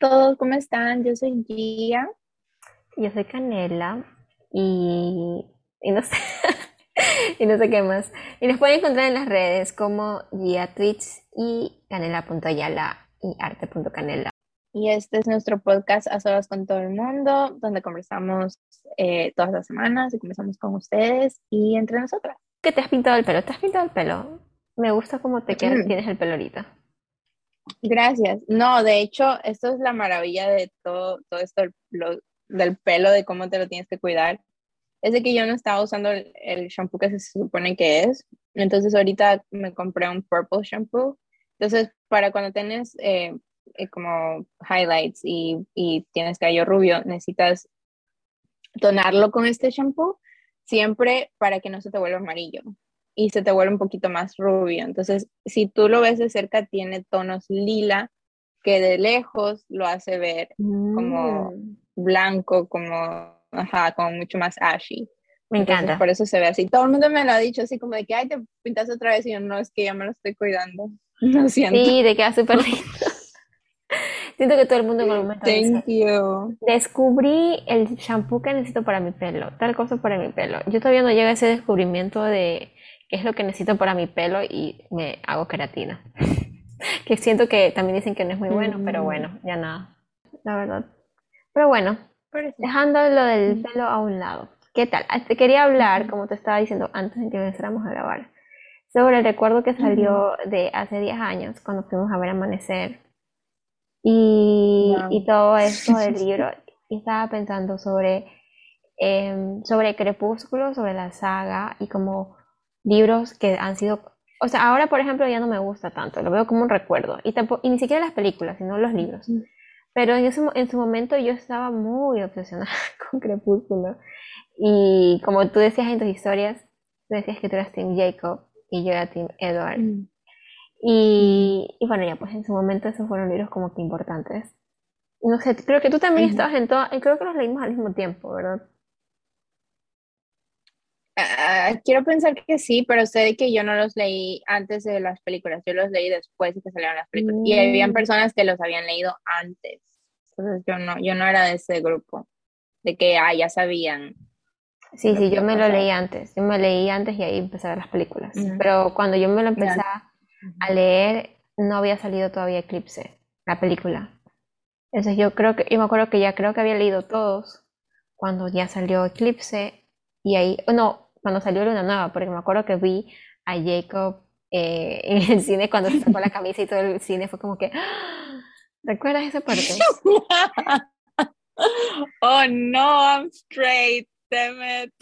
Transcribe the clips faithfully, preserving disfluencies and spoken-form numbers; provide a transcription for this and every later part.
todos, ¿cómo están? Yo soy Gia. Yo soy Canela y, y no sé, y no sé qué más. Y nos pueden encontrar en las redes como Gia Tweets y canela.ayala y arte.canela. Y este es nuestro podcast A Solas con todo el mundo, donde conversamos eh, todas las semanas y conversamos con ustedes y entre nosotras. ¿Qué te has pintado el pelo? ¿Te has pintado el pelo? Me gusta cómo te queda, Mm, tienes el pelo ahorita. gracias. No, de hecho, esto es la maravilla de todo, todo esto lo- del pelo, de cómo te lo tienes que cuidar. Es de que yo no estaba usando el, el shampoo que se supone que es. Entonces ahorita me compré un purple shampoo. Entonces, para cuando tienes eh, eh, como highlights y, y tienes cabello rubio, necesitas tonarlo con este shampoo siempre para que no se te vuelva amarillo y se te vuelva un poquito más rubio. Entonces, si tú lo ves de cerca, tiene tonos lila que de lejos lo hace ver como Mm, blanco, como, ajá, como mucho más ashy. me Entonces, encanta. por eso se ve así. Todo el mundo me lo ha dicho así como de que, ay, te pintas otra vez y yo, no, es que ya me lo estoy cuidando. Lo siento. Sí, te queda súper lindo. Siento que todo el mundo en algún momento dice, Thank you. descubrí el shampoo que necesito para mi pelo, tal cosa para mi pelo. Yo todavía no llego a ese descubrimiento de qué es lo que necesito para mi pelo y me hago queratina. Que siento que también dicen que no es muy bueno, pero Mm, bueno, ya nada, la verdad. Pero bueno, por eso. dejando lo del Mm, pelo a un lado. ¿Qué tal? Ah, Te quería hablar, ujú, como te estaba diciendo antes de que empezáramos a grabar, sobre el recuerdo que ujú. salió de hace diez años, cuando fuimos a ver Amanecer y, y Wow. todo esto del libro. Y estaba pensando sobre, em, sobre Crepúsculo, sobre la saga y como libros que han sido... O sea, ahora por ejemplo ya no me gusta tanto, lo veo como un recuerdo. Y, tampo- y ni siquiera las películas, sino los libros. Pero en, ese, mo- en su momento yo estaba muy obsesionada con Crepúsculo. Y como tú decías en tus historias, tú decías que tú eras Team Jacob y yo era Team Edward. Mm, mm, Y, y bueno, ya pues en su momento esos fueron libros como que importantes. No sé, creo que tú también ujú. estabas en todo, y creo que los leímos al mismo tiempo, ¿verdad? Ah, quiero pensar que sí, pero sé de que yo no los leí antes de las películas, yo los leí después de que salieron las películas. Y habían Mm. personas que los habían leído antes. Entonces yo no, yo no era de ese grupo, de que ah, ya sabían Sí, lo sí, que yo iba a me lo pasar. leí antes, yo me leí antes y ahí empecé a ver las películas. Ujú, Pero cuando yo me lo empecé ya. a a Ujú. leer, no había salido todavía Eclipse, la película. Entonces yo creo que, yo me acuerdo que ya creo que había leído todos cuando ya salió Eclipse y ahí, oh, no, cuando salió Luna Nueva, porque me acuerdo que vi a Jacob eh, en el cine cuando se sacó la camisa y todo el cine fue como que, ¡ah! ¿Recuerdas esa parte? Oh no, I'm straight, damn it.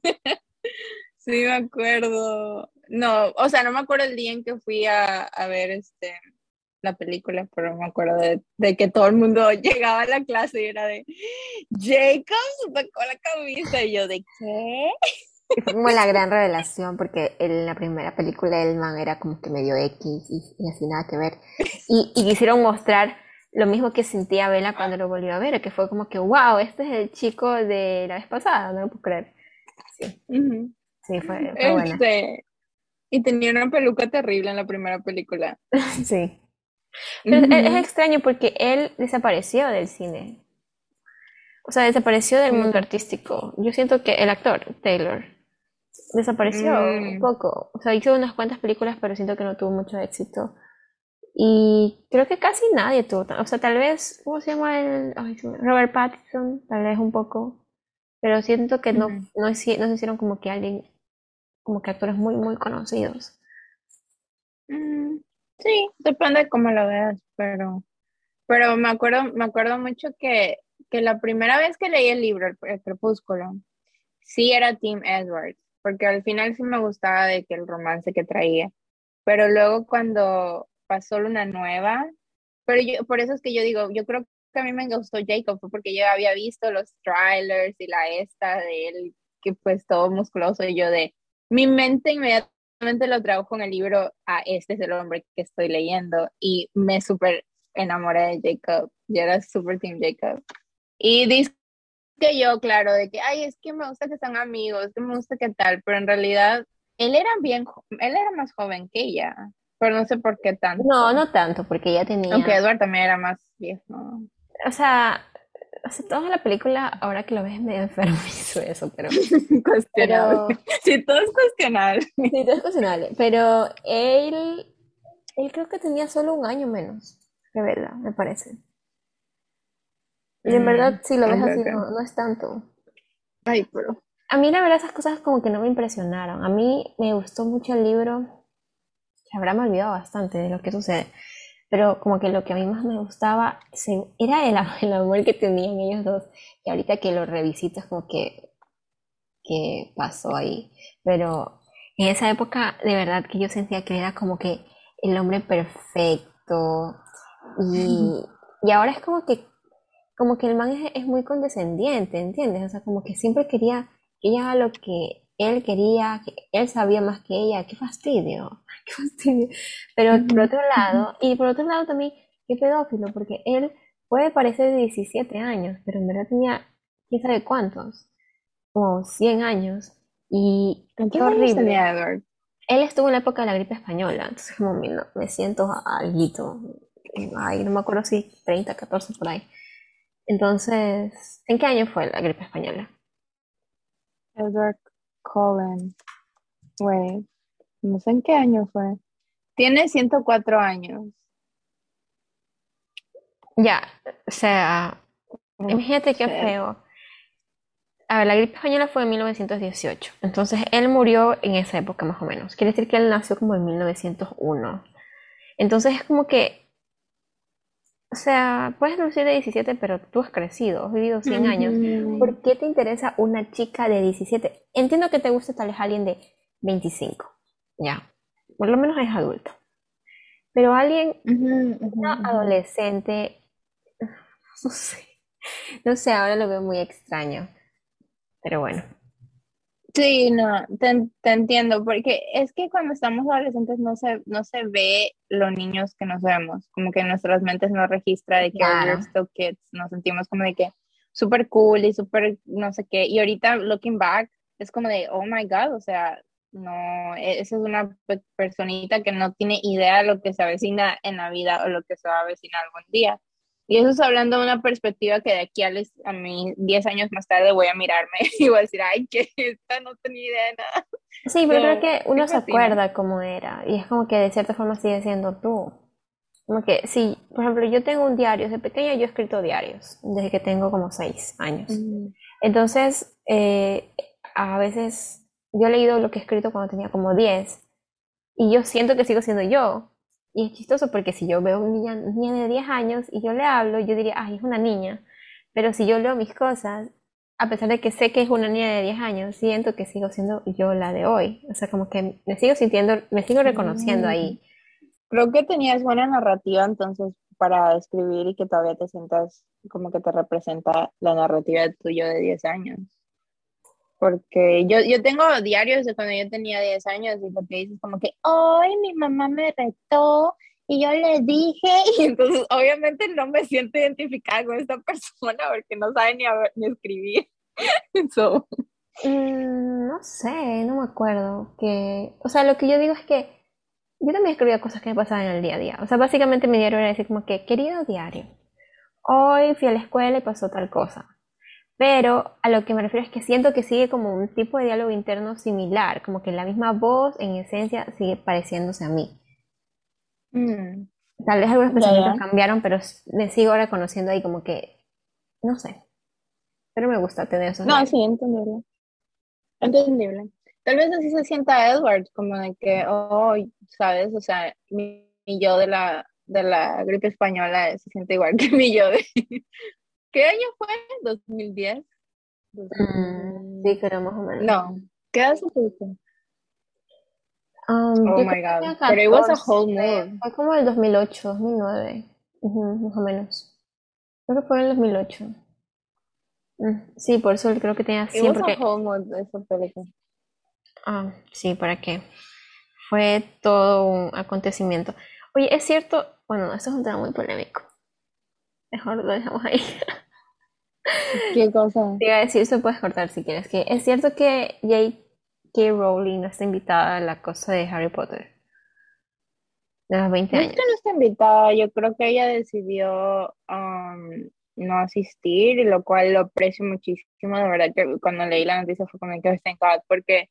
Sí, me acuerdo. No, o sea, no me acuerdo el día en que fui a, a ver este la película, pero me acuerdo de, de que todo el mundo llegaba a la clase y era de Jacob se sacó la camisa y yo de ¿qué? Y fue como la gran revelación, porque en la primera película el man era como que medio X y, y así nada que ver. Y, y quisieron mostrar lo mismo que sentía Bella cuando lo volvió a ver, que fue como que, wow, este es el chico de la vez pasada, no lo puedo creer. Sí, Ujú. sí, fue, fue buena. Este, y tenía una peluca terrible en la primera película. Sí. Pero es, es Ujú. extraño porque él desapareció del cine. O sea, desapareció del ¿Cómo mundo que? artístico. Yo siento que el actor, Taylor, desapareció un Mm, poco. O sea, hizo unas cuantas películas, pero siento que no tuvo mucho éxito. Y creo que casi nadie tuvo, tan- o sea, tal vez, ¿cómo se llama el? Ay, se me- Robert Pattinson, tal vez un poco, pero siento que no, ujú. no, hici- no se hicieron como que alguien, como que actores muy, muy conocidos. Mm, sí, depende de cómo lo veas, pero, pero me acuerdo, me acuerdo mucho que, que la primera vez que leí el libro, El, el Crepúsculo, sí era Team Edward, porque al final sí me gustaba de que el romance que traía, pero luego cuando pasó Luna Nueva, pero yo, por eso es que yo digo, yo creo que a mí me gustó Jacob, fue porque yo había visto los trailers y la esta de él, que pues todo musculoso, y yo de, mi mente inmediatamente lo trajo con el libro a este es el hombre que estoy leyendo, y me súper enamoré de Jacob, yo era súper Team Jacob. Y dice que yo, claro, de que, ay, es que me gusta que sean amigos, que me gusta que tal, pero en realidad él era bien, jo- él era más joven que ella, pero no sé por qué No, tanto. no tanto, porque ya Aunque tenía, Edward también era más viejo. o sea, o sea, toda la película, ahora que lo ves, es medio enfermizo eso, pero, Cuestionable. pero, Sí, todo es cuestionable. sí, todo es cuestionable. Pero él, él creo que tenía solo un año menos, de verdad, me parece. Y en verdad, Mm, si lo ves ok, así, ok. no, no es tanto. Ay, pero. A mí, la verdad, esas cosas como que no me impresionaron. A mí me gustó mucho el libro, que habrá me olvidado bastante de lo que sucede, pero como que lo que a mí más me gustaba se- era el, a- el amor que tenían ellos dos, y ahorita que lo revisito es como que, que pasó ahí. Pero en esa época, de verdad que yo sentía que era como que el hombre perfecto, y, y ahora es como que como que el man es, es muy condescendiente, ¿entiendes? O sea, como que siempre quería que ella haga lo que él quería, que él sabía más que ella. Qué fastidio, qué fastidio. Pero por Ujú, otro ujú. lado, y por otro lado también, qué pedófilo, porque él puede parecer de diecisiete años, pero en verdad tenía quién sabe cuántos, como cien años. Y qué ¿Cuántos años horrible. tenía Edward? Él estuvo en la época de la gripe española, entonces como me, no- me siento alguito. Ay, no me acuerdo si treinta, catorce por ahí. Entonces, ¿en qué año fue la gripe española? Edward Cullen. Wait, no sé en qué año fue. Tiene ciento cuatro años. Ya, o sea, Oh, imagínate qué shit. feo. A ver, la gripe española fue en mil novecientos dieciocho, entonces él murió en esa época más o menos. Quiere decir que él nació como en mil novecientos uno. Entonces es como que, o sea, puedes lucir de diecisiete, pero tú has crecido, has vivido cien años. Ujú. ¿Por qué te interesa una chica de diecisiete? Entiendo que te guste tal vez alguien de veinticinco, ya, por lo menos es adulto. Pero alguien, Ujú, ujú, una ujú. adolescente, no sé. No sé, ahora lo veo muy extraño, pero bueno. Sí, no, te, en- te entiendo, porque es que cuando estamos adolescentes no se, no se ve los niños que nos vemos, como que nuestras mentes no registra de que "Oh, we're Claro. still kids", nos sentimos como de que súper cool y súper no sé qué, y ahorita looking back es como de, oh my God, o sea, no, e- esa es una pe- personita que no tiene idea de lo que se avecina en la vida o lo que se va a avecinar algún día. Y eso es hablando de una perspectiva que de aquí a, les- a mí diez años más tarde voy a mirarme y voy a decir, ay, que esta no tenía idea de nada. Sí, pero creo So, que qué uno se fascina. acuerda cómo era y es como que de cierta forma sigue siendo tú. Como que, sí, por ejemplo, yo tengo un diario, desde pequeña yo he escrito diarios, desde que tengo como seis años. Mm, Entonces, eh, a veces yo he leído lo que he escrito cuando tenía como diez y yo siento que sigo siendo yo. Y es chistoso porque si yo veo a una niña, niña de diez años y yo le hablo, yo diría, ay, es una niña. Pero si yo leo mis cosas, a pesar de que sé que es una niña de diez años, siento que sigo siendo yo la de hoy. O sea, como que me sigo sintiendo, me sigo reconociendo mm. ahí. Creo que tenías buena narrativa entonces para escribir y que todavía te sientas como que te representa la narrativa de tuyo de diez años. Porque yo, yo tengo diarios de cuando yo tenía diez años y lo que dices como que, hoy mi mamá me retó y yo le dije, y entonces obviamente no me siento identificada con esta persona porque no sabe ni, hab- ni escribir. So, Mm, no sé, no me acuerdo. Que, o sea, lo que yo digo es que yo también escribía cosas que me pasaban en el día a día. O sea, básicamente mi diario era decir como que, querido diario, hoy fui a la escuela y pasó tal cosa. Pero a lo que me refiero es que siento que sigue como un tipo de diálogo interno similar, como que la misma voz en esencia sigue pareciéndose a mí. mm, Tal vez algunos ya, pensamientos ya. cambiaron, pero s- me sigo reconociendo ahí como que, no sé, pero me gusta tener esos No, diarios. sí, entendible. Entendible. Tal vez así se sienta Edward, como de que, oh, sabes, o sea, mi, mi yo de la, de la gripe española se siente igual que mi yo de... ¿Qué año fue? ¿dos mil diez? Mm, sí, dos mil... creo más o menos. No, ¿qué hace poco? Um, Oh yo my creo que God. tenía But it was a catorce, whole mood. fue como el dos mil ocho, dos mil nueve, ujú, más o menos. Creo que fue en el dos mil ocho. Mm, sí, por eso creo que tenía It cien was a porque, whole mood esa película. ah, sí, ¿para qué? Fue todo un acontecimiento. Oye, es cierto, bueno, esto es un tema muy polémico. Mejor lo dejamos ahí. ¿Qué cosa? Te iba a decir, eso puedes cortar si quieres, que es cierto que J K. Rowling no está invitada a la cosa de Harry Potter, de los veinte No es que años. no esté invitada, yo creo que ella decidió, um, no asistir, y lo cual lo aprecio muchísimo. De verdad que cuando leí la noticia fue como que oh, thank God, porque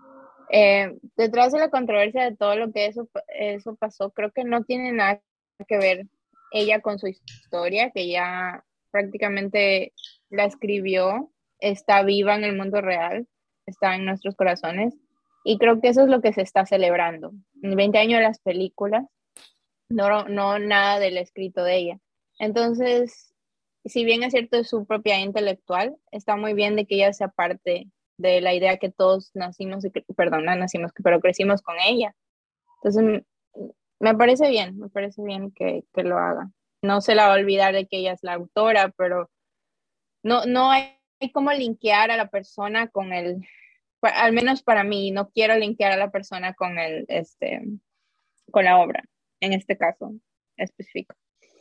eh, detrás de la controversia de todo lo que eso, eso pasó, creo que no tiene nada que ver ella con su historia, que ya prácticamente la escribió, está viva en el mundo real, está en nuestros corazones, y creo que eso es lo que se está celebrando. En veinte años de las películas, no, no nada del escrito de ella. Entonces, si bien es cierto, es su propia intelectual, está muy bien de que ella sea parte de la idea que todos nacimos, y perdón, no nacimos, pero crecimos con ella. Entonces, me parece bien, me parece bien que, que lo haga. No se la va a olvidar de que ella es la autora, pero no, no hay, hay como linkear a la persona con el, al menos para mí, no quiero linkear a la persona con el, este, con la obra, en este caso específico.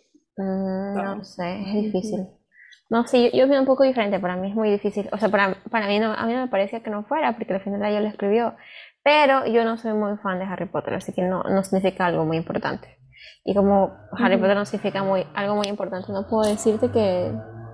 Mm, no So, sé, es ujú. difícil. No, sí, yo, yo veo un poco diferente, para mí es muy difícil. O sea, para, para mí no, a mí no me parecía que no fuera, porque al final ella lo escribió. Pero yo no soy muy fan de Harry Potter, así que no, no significa algo muy importante. Y como Harry Ujú. Potter no significa muy, algo muy importante, no puedo decirte que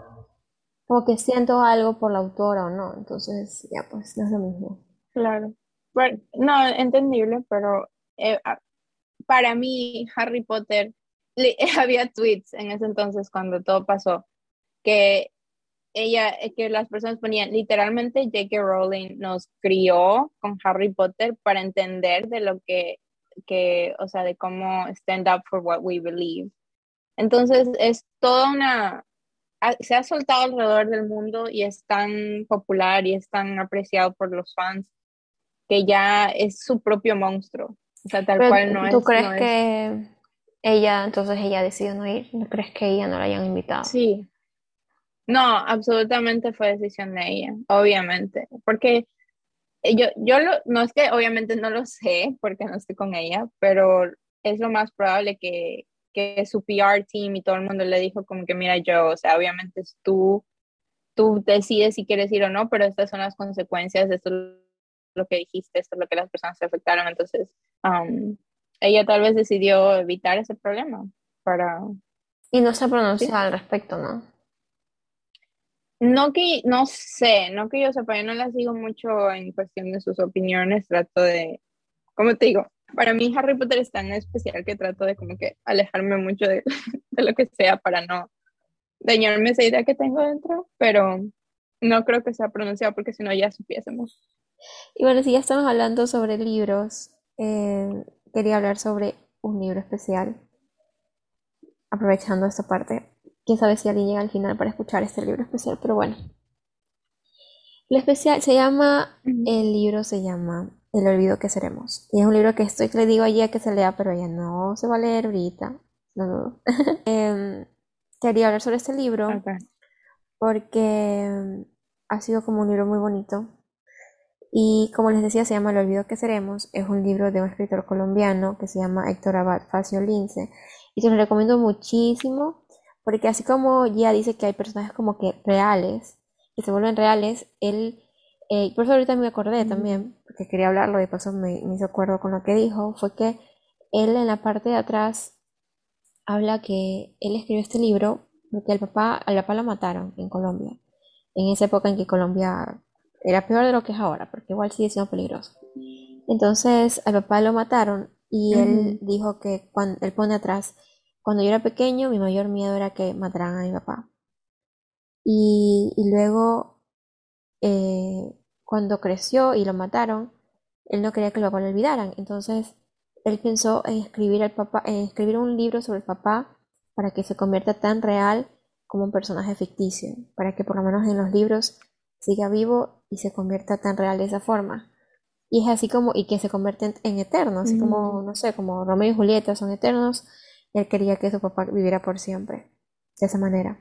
como que siento algo por la autora o no. Entonces, ya pues, no es lo mismo. Claro. Bueno, no, entendible, pero eh, a- para mí Harry Potter, le- había tweets en ese entonces cuando todo pasó, que ella, eh, que las personas ponían, literalmente J K. Rowling nos crió con Harry Potter para entender de lo que, que, o sea, de cómo stand up for what we believe. Entonces es toda una, ha- se ha soltado alrededor del mundo y es tan popular y es tan apreciado por los fans que ya es su propio monstruo. O sea, tal Pero cual no ¿tú es, crees no es, que ella, entonces ella decidió no ir? ¿No crees que ella no la hayan invitado? sí, no, absolutamente fue decisión de ella, obviamente, porque yo, yo lo, no es que obviamente no lo sé porque no estoy con ella, pero es lo más probable que, que su P R team y todo el mundo le dijo como que mira yo, o sea, obviamente es tú, tú decides si quieres ir o no, pero estas son las consecuencias, esto es lo que dijiste, esto es lo que las personas se afectaron, entonces um, ella tal vez decidió evitar ese problema para, Y no se ha sí. pronunciado al respecto, ¿no? No que, no sé, no que yo sepa, yo no la sigo mucho en cuestión de sus opiniones, trato de, como te digo, para mí Harry Potter es tan especial que trato de como que alejarme mucho de, de lo que sea para no dañarme esa idea que tengo dentro, pero no creo que sea pronunciado porque si no ya supiésemos. Y bueno, si ya estamos hablando sobre libros, eh, quería hablar sobre un libro especial, aprovechando esta parte. Quién sabe si alguien llega al final para escuchar este libro especial, pero bueno. Lo especial se llama, Ujú. el libro se llama El olvido que seremos. Y es un libro que estoy que le digo a ella que se lea, pero ella no se va a leer ahorita. No dudo. Em, Quería hablar sobre este libro Okay. porque em, ha sido como un libro muy bonito. Y como les decía, se llama El olvido que seremos. Es un libro de un escritor colombiano que se llama Héctor Abad Facio Lince. Y se lo recomiendo muchísimo porque así como ya dice que hay personajes como que reales, que se vuelven reales, él, eh, por eso ahorita me acordé Mm, también, porque quería hablarlo y paso me, me hizo acuerdo con lo que dijo, fue que él en la parte de atrás habla que él escribió este libro porque al papá, al papá lo mataron en Colombia, en esa época en que Colombia era peor de lo que es ahora, porque igual sigue siendo peligroso. Entonces al papá lo mataron y él ujú, dijo que cuando él pone atrás, cuando yo era pequeño, mi mayor miedo era que mataran a mi papá. Y, y luego, eh, cuando creció y lo mataron, él no quería que el papá lo olvidaran. Entonces, él pensó en escribir al papá, en escribir un libro sobre el papá para que se convierta tan real como un personaje ficticio, para que por lo menos en los libros siga vivo y se convierta tan real de esa forma. Y es así como, y que se convierten en eternos, así como, ujú, no sé, como Romeo y Julieta son eternos, él quería que su papá viviera por siempre, de esa manera.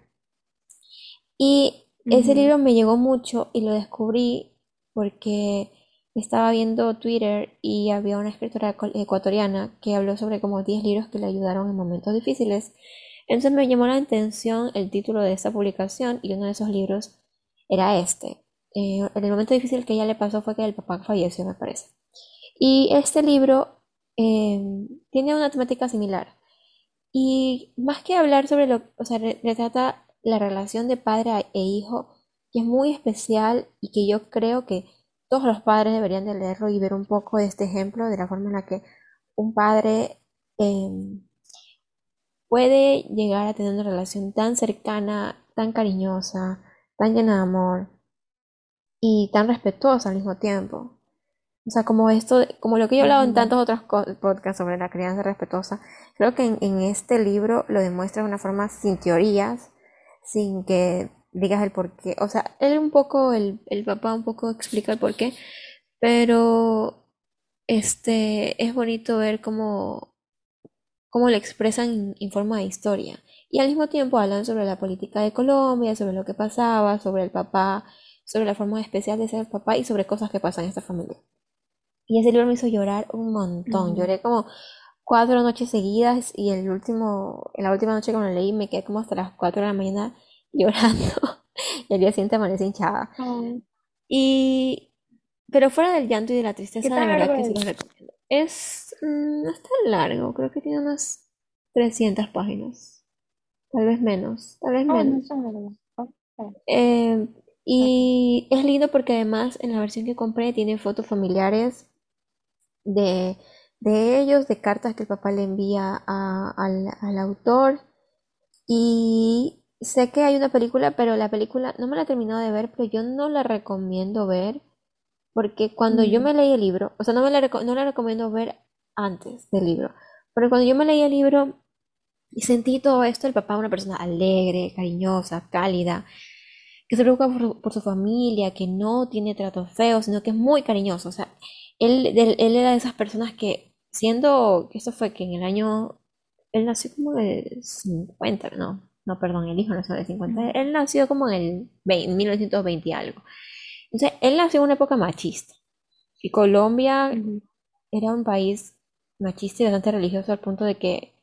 Y ese ujú. libro me llegó mucho y lo descubrí porque estaba viendo Twitter y había una escritora ecu- ecuatoriana que habló sobre como diez libros que le ayudaron en momentos difíciles. Entonces me llamó la atención el título de esta publicación y uno de esos libros era este. Eh, el momento difícil que ella le pasó fue que el papá falleció, me parece. Y este libro eh, tiene una temática similar. Y más que hablar sobre lo, o sea, re- retrata la relación de padre a- e hijo, que es muy especial y que yo creo que todos los padres deberían de leerlo y ver un poco de este ejemplo, de la forma en la que un padre em, puede llegar a tener una relación tan cercana, tan cariñosa, tan llena de amor y tan respetuosa al mismo tiempo. O sea, como esto, como lo que yo he hablado en Ujú. tantos otros co- podcasts sobre la crianza respetuosa, creo que en, en este libro lo demuestra de una forma sin teorías, sin que digas el por qué. O sea, él un poco, el, el papá un poco explica el por qué, pero este, es bonito ver cómo, cómo lo expresan en, en forma de historia. Y al mismo tiempo hablan sobre la política de Colombia, sobre lo que pasaba, sobre el papá, sobre la forma especial de ser el papá y sobre cosas que pasan en esta familia. Y ese libro me hizo llorar un montón. Ujú. Lloré como cuatro noches seguidas y el último, en la última noche que me lo leí me quedé como hasta las cuatro de la mañana llorando. Y al día siguiente amanecí hinchada. Oh, Y, pero fuera del llanto y de la ¿qué tristeza, de tan verdad largo que sí es? los recomiendo. Es, mm, no es tan largo, creo que tiene unas trescientas páginas. Tal vez menos, tal vez Oh, no menos. es tan largo. Ok, Eh, ok. y es lindo porque además en la versión que compré tiene fotos familiares de, de ellos, de cartas que el papá le envía a- al, al autor. Y sé que hay una película, pero la película no me la he terminado de ver, pero yo no la recomiendo ver, porque cuando yo Mm, me leí el libro, o sea, no me la, reco- no la recomiendo ver antes del libro, porque cuando yo me leí el libro y sentí todo esto, el papá es una persona alegre, cariñosa, cálida, que se preocupa por, su por su familia, que no tiene tratos feos, sino que es muy cariñoso. O sea, él, él, él era de esas personas que, siendo, que eso fue que en el año, él nació como de cincuenta, no, no, perdón, el hijo nació de cincuenta, mm, él nació como en el veinte, mil novecientos veinte y algo. Entonces, él nació en una época machista. Y Colombia ujú. era un país machista y bastante religioso al punto de que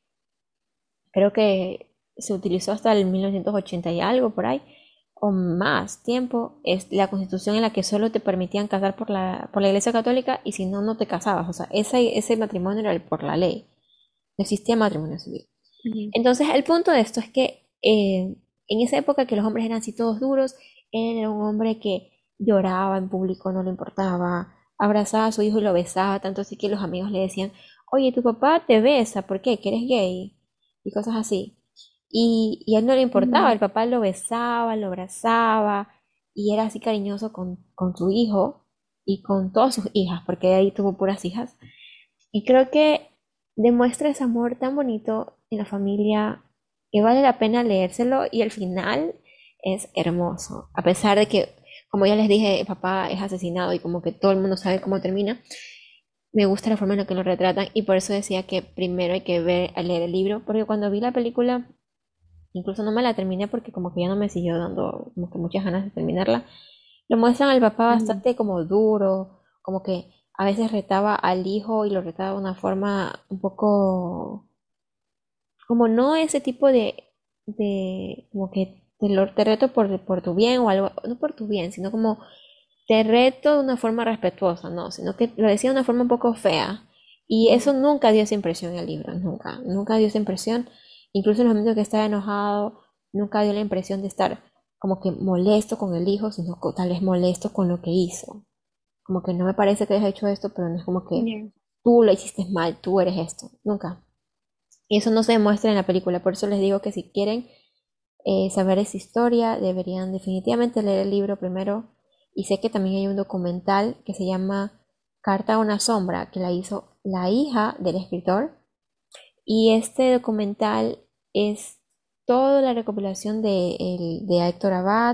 creo que se utilizó hasta el mil novecientos ochenta y algo por ahí, o más tiempo, es la constitución en la que solo te permitían casar por la, por la Iglesia Católica y si no, no te casabas. O sea, ese, ese matrimonio era el- por la ley. No existía matrimonio civil. Ujú. Entonces, el punto de esto es que eh, en esa época que los hombres eran así todos duros, él era un hombre que lloraba en público, no le importaba, abrazaba a su hijo y lo besaba, tanto así que los amigos le decían, oye, tu papá te besa, ¿por qué? ¿Que eres gay? Y cosas así. Y, y a él no le importaba, Ujú. el papá lo besaba, lo abrazaba y era así cariñoso con, con su hijo y con todas sus hijas, porque ahí tuvo puras hijas. Y creo que demuestra ese amor tan bonito en la familia que vale la pena leérselo y el final es hermoso. A pesar de que, como ya les dije, el papá es asesinado y como que todo el mundo sabe cómo termina, me gusta la forma en la que lo retratan y por eso decía que primero hay que ver, leer el libro, porque cuando vi la película, incluso no me la terminé porque como que ya no me siguió dando como que muchas ganas de terminarla. Lo muestran al papá Ujú. bastante como duro, como que a veces retaba al hijo y lo retaba de una forma un poco, como no ese tipo de, de como que te, lo, te reto por, por tu bien o algo, no por tu bien, sino como te reto de una forma respetuosa, no, sino que lo decía de una forma un poco fea. Y eso Ujú. nunca dio esa impresión en el libro, nunca, nunca dio esa impresión. Incluso en los momentos que estaba enojado, nunca dio la impresión de estar como que molesto con el hijo, sino co- tal vez molesto con lo que hizo. Como que no me parece que hayas hecho esto, pero no es como que Ya. tú lo hiciste mal, tú eres esto, nunca. Y eso no se demuestra en la película, por eso les digo que si quieren eh, saber esa historia, deberían definitivamente leer el libro primero. Y sé que también hay un documental que se llama Carta a una sombra, que la hizo la hija del escritor. Y este documental es toda la recopilación de, el- de Héctor Abad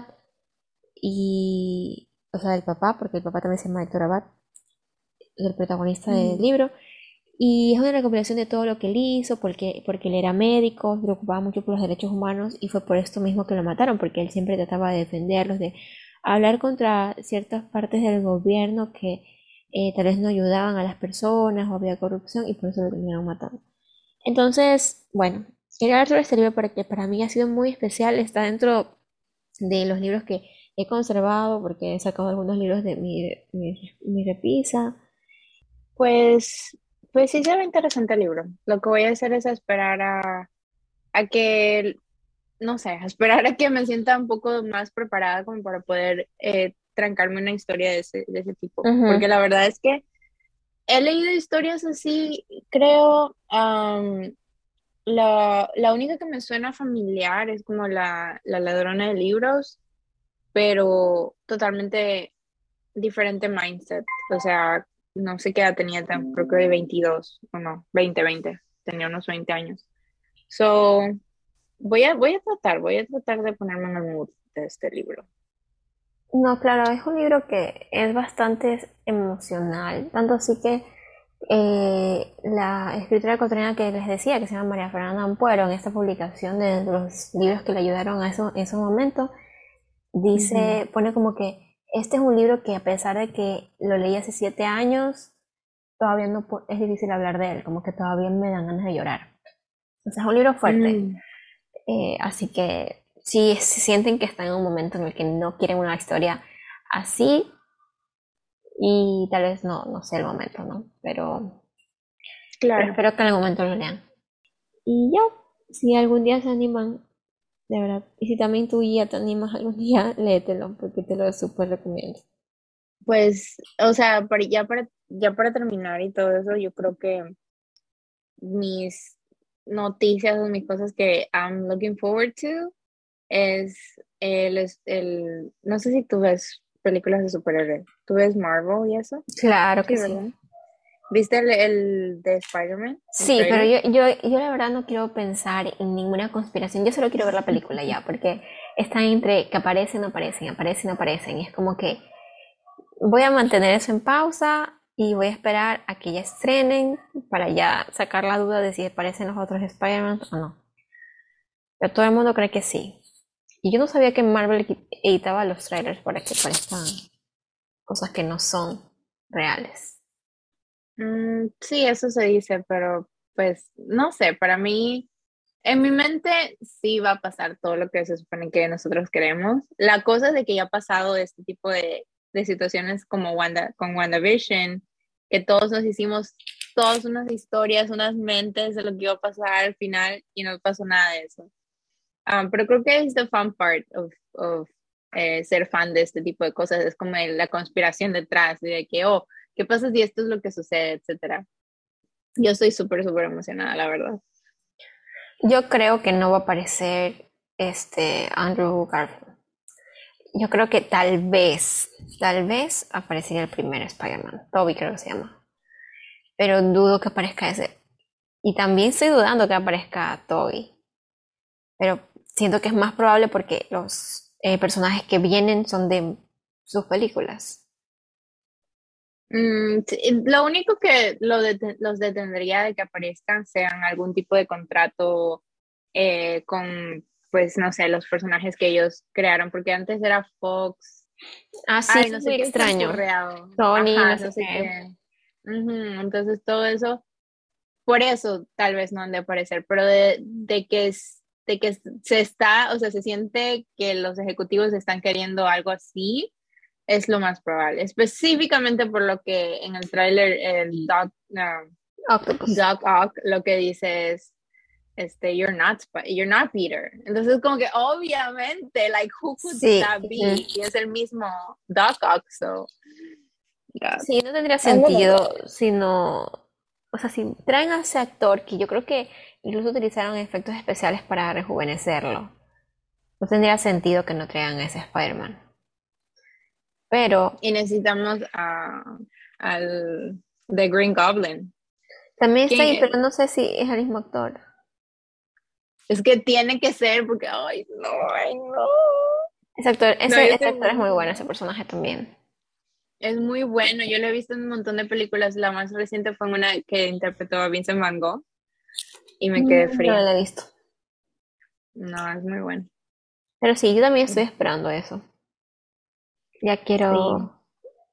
y, o sea, del papá, porque el papá también se llama Héctor Abad, el protagonista del Ujú. libro. Y es una recopilación de todo lo que él hizo, porque, porque él era médico, se preocupaba mucho por los derechos humanos y fue por esto mismo que lo mataron, porque él siempre trataba de defenderlos, de hablar contra ciertas partes del gobierno que eh, tal vez no ayudaban a las personas o había corrupción y por eso lo terminaron matando. Entonces, bueno, quería hablar sobre este libro porque para mí ha sido muy especial, está dentro de los libros que he conservado porque he sacado algunos libros de mi, mi, mi repisa. Pues, pues sí se ve interesante el libro. Lo que voy a hacer es esperar a, a que no sé, a esperar a que me sienta un poco más preparada como para poder eh, trancarme una historia de ese, de ese tipo. Porque Ujú. la verdad es que he leído historias así, creo, am, la, la única que me suena familiar es como la, la ladrona de libros, pero totalmente diferente mindset. O sea, no sé qué edad tenía, tan- creo que de veintidós o no, veinte veinte tenía unos veinte años. So, voy a, voy a tratar, voy a tratar de ponerme en el mood de este libro. No, claro, es un libro que es bastante emocional, tanto así que eh, la escritora ecuatoriana que les decía, que se llama María Fernanda Ampuero, en esta publicación de los libros que le ayudaron a eso, en ese momento, Ujú. dice, pone como que este es un libro que a pesar de que lo leí hace siete años, todavía no pu- es difícil hablar de él, como que todavía me dan ganas de llorar. O sea, es un libro fuerte. Mm, Eh, así que si se sienten que están en un momento en el que no quieren una historia así, y tal vez no, no sea el momento, ¿no? Pero, pero claro. espero que en algún momento lo lean. Y ya, si algún día se animan, de verdad. Y si también tú ya te animas algún día, léetelo, porque te lo súper recomiendo. Pues, o sea, para, ya para, ya para terminar y todo eso, yo creo que mis noticias o mis cosas que I'm looking forward to es el, es el, no sé si tú ves películas de superhéroes, ¿tú ves Marvel y eso? Claro Sí, que sí. ¿verdad? ¿Viste el, el de Spider-Man, el Sí, pero tráiler? yo, yo, yo la verdad no quiero pensar en ninguna conspiración. Yo solo quiero ver la película ya, porque están entre que aparecen, no aparecen, aparecen, no aparecen. Y es como que voy a mantener eso en pausa y voy a esperar a que ya estrenen para ya sacar la duda de si aparecen los otros Spider-Man o no. Pero todo el mundo cree que sí. Y yo no sabía que Marvel editaba los trailers para que parezcan cosas que no son reales. Mm, sí, eso se dice, pero pues no sé, para mí, en mi mente sí va a pasar todo lo que se supone que nosotros queremos. La cosa es de que ya ha pasado este tipo de, de situaciones como Wanda, con WandaVision, que todos nos hicimos todas unas historias, unas mentes de lo que iba a pasar al final y no pasó nada de eso. Ah, pero creo que es the fun part of, of eh, ser fan de este tipo de cosas, es como el- la conspiración detrás, de que, oh, ¿qué pasa si esto es lo que sucede, etcétera? Yo estoy súper, súper emocionada, la verdad. Yo creo que no va a aparecer este Andrew Garfield. Yo creo que tal vez, tal vez aparecería el primer Spider-Man. Toby creo que se llama. Pero dudo que aparezca ese. Y también estoy dudando que aparezca Toby. Pero siento que es más probable porque los eh, personajes que vienen son de sus películas. Mm, sí, lo único que lo dete- los detendría de que aparezcan sean algún tipo de contrato eh, con, pues, no sé, los personajes que ellos crearon, porque antes era Fox, Ah, sí, ay, eso no es sé muy qué extraño. chanchurreado, Tony, ajá, no no sé sé qué. qué. Ujú, entonces todo eso, por eso tal vez no han de aparecer, pero de, de que es- de que se está, o sea, se siente que los ejecutivos están queriendo algo así, es lo más probable. Específicamente por lo que en el tráiler el Doc, no, Octopus. Doc Ock lo que dice es, este, you're not, Sp- you're not Peter. Entonces como que obviamente, like, who could Sí. that Ujú. be? Y es el mismo Doc Ock, so, God. Sí, no tendría I'm gonna sentido love it. si no, o sea, si traen a ese actor que yo creo que incluso utilizaron efectos especiales para rejuvenecerlo, no tendría sentido que no traigan a ese Spider-Man. Pero Y necesitamos a, al The Green Goblin. también está ¿Quién ahí, pero es? no sé si es el mismo actor. Es que tiene que ser porque, ay, no, ay, no. Ese actor, No, ese, yo ese estoy actor muy es muy bueno, ese emocionada. personaje también. Es muy bueno, yo lo he visto en un montón de películas. La más reciente fue en una que interpretó a Vincent Van Gogh y me quedé Mm, no fría. lo he visto. No, es muy bueno. Pero sí, yo también estoy esperando eso. Ya Sí. quiero,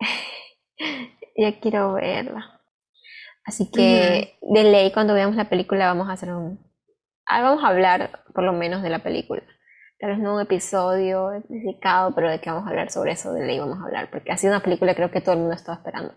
ya quiero verla. Así Ujú. que de ley cuando veamos la película vamos a hacer un, ah, vamos a hablar por lo menos de la película. Tal vez no un episodio dedicado, pero de que vamos a hablar sobre eso, de ley vamos a hablar, porque ha sido una película creo que todo el mundo estaba esperando.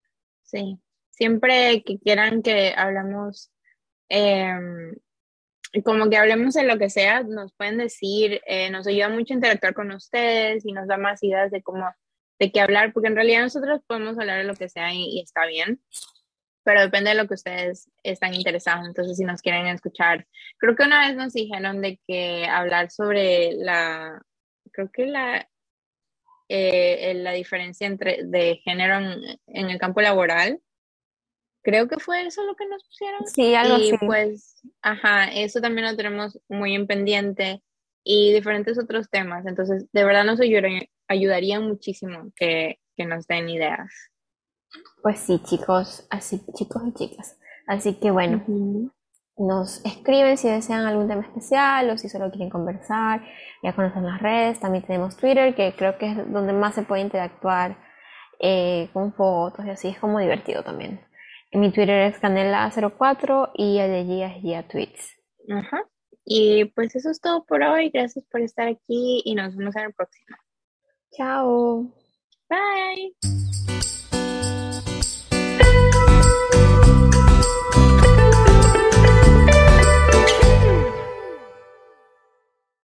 Sí. Siempre que quieran que hablamos, em, como que hablemos de lo que sea, nos pueden decir, eh, nos ayuda mucho a interactuar con ustedes y nos da más ideas de cómo, de qué hablar, porque en realidad nosotros podemos hablar de lo que sea y, y está bien, pero depende de lo que ustedes están interesados. Entonces, si nos quieren escuchar, creo que una vez nos dijeron de que hablar sobre la, creo que la, eh, la diferencia entre de género en, en el campo laboral. Creo que fue eso lo que nos pusieron. Sí, algo así. Y pues, ajá, eso también lo tenemos muy en pendiente y diferentes otros temas. Entonces, de verdad nos ayudaría, ayudaría muchísimo que, que nos den ideas. Pues sí, chicos, así, chicos y chicas. Así que bueno, Ujú. nos escriben si desean algún tema especial o si solo quieren conversar. Ya conocen las redes. También tenemos Twitter, que creo que es donde más se puede interactuar eh, con fotos y así. Es como divertido también. Mi Twitter es canela cero cuatro y el de Gia es Gia Tweets. Ajá. Y pues eso es todo por hoy. Gracias por estar aquí y nos vemos en el próximo. Chao. Bye.